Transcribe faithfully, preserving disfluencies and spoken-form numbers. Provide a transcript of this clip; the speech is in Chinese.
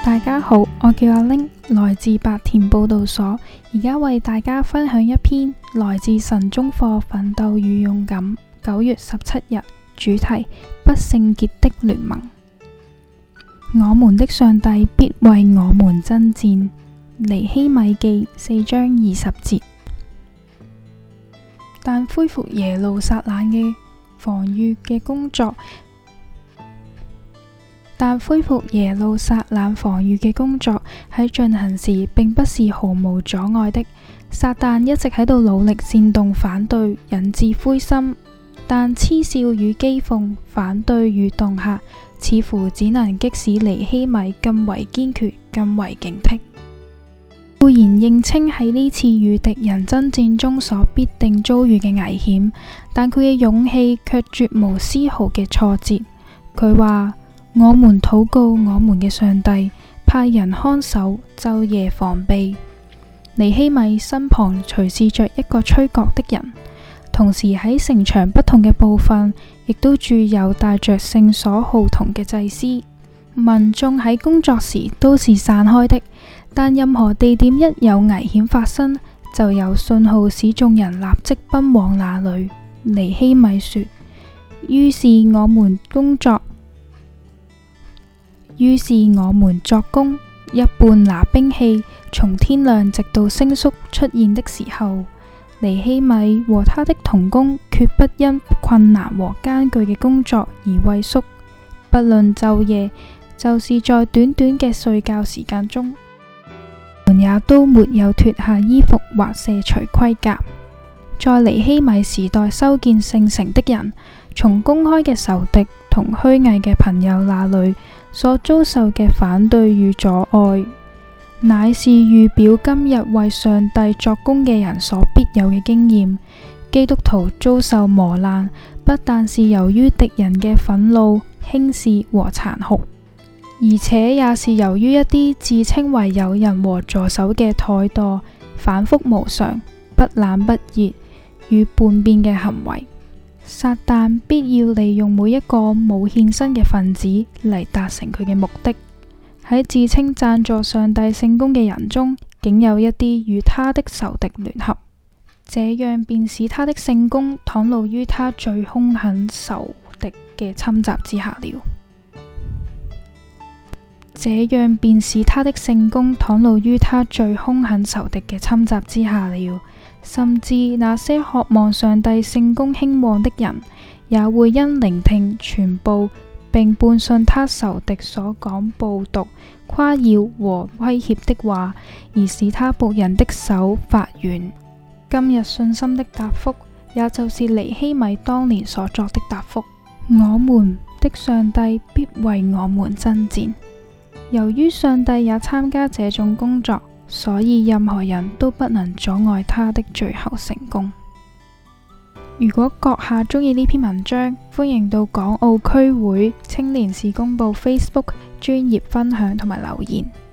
大家好，我叫阿玲，來自白田報道所，而家為大家分享一篇來自神中課《奮鬥與勇敢》九月十七日，主題不聖潔的聯盟。我們的上帝必為我們爭戰。尼希米記四章二十節。但恢復耶路撒冷嘅防禦嘅工作。但恢復耶路撒冷防禦嘅工作喺進行時並不是毫無阻礙的。撒旦一直喺度努力煽動反對，引致灰心，但嗤笑與譏諷、反對與恫嚇，似乎只能激使尼希米更為堅決、更為警惕。固然認清喺呢次與敵人爭戰中所必定遭遇嘅危險，但佢嘅勇氣卻絕無絲毫嘅挫折。佢話：我們禱告我們嘅上帝，派人看守，晝夜防備。尼希米身旁隨侍着一個吹角的人，同時喺城牆不同嘅部分，亦都駐有帶着聖所號筒嘅祭司。民眾喺工作時都是散開的，但任何地點一有危險發生，就有信號使眾人立即奔往那裏。尼希米說：於是我們工作。於是我們作工，一半拿兵器，從天亮直到星宿出現的時候，尼希米和他的同工決不因困難和艱巨嘅工作而畏縮，不論晝夜，就是在短短嘅睡覺時間中，我們也都沒有脫下衣服或卸除盔甲。在尼希米時代修建聖城的人，從公開嘅仇敵同虛偽嘅朋友那裏所遭受嘅反對與阻礙，乃是預表今日為上帝作工嘅人所必有嘅經驗。基督徒遭受磨難，不但是由於敵人嘅憤怒、輕視和殘酷，而且也是由於一啲自稱為友人和助手嘅怠惰、反覆無常、不冷不熱與叛變嘅行為。撒旦必要利用每一個冇獻身嘅分子嚟達成佢嘅目的。喺自稱贊助上帝聖工嘅人中，竟有一啲與他的仇敵聯合，這樣便使他的聖工袒露於他最兇狠仇敵嘅侵襲之下了。這樣便使他的聖工袒露於他最兇狠仇敵嘅侵襲之下了。甚至那些渴望上帝聖工興旺的人，也會因聆聽、傳報並伴信他仇敵所講報讀、誇耀和威脅的話，而使他僕人的手發軟。今日信心的答覆，也就是尼希米當年所作的答覆。我們的上帝必為我們爭戰。由於上帝也參加這種工作，所以任何人都不能阻礙他的最後成功。如果閣下鍾意呢篇文章，歡迎到港澳區會青年事工部 Facebook 專頁分享同埋留言。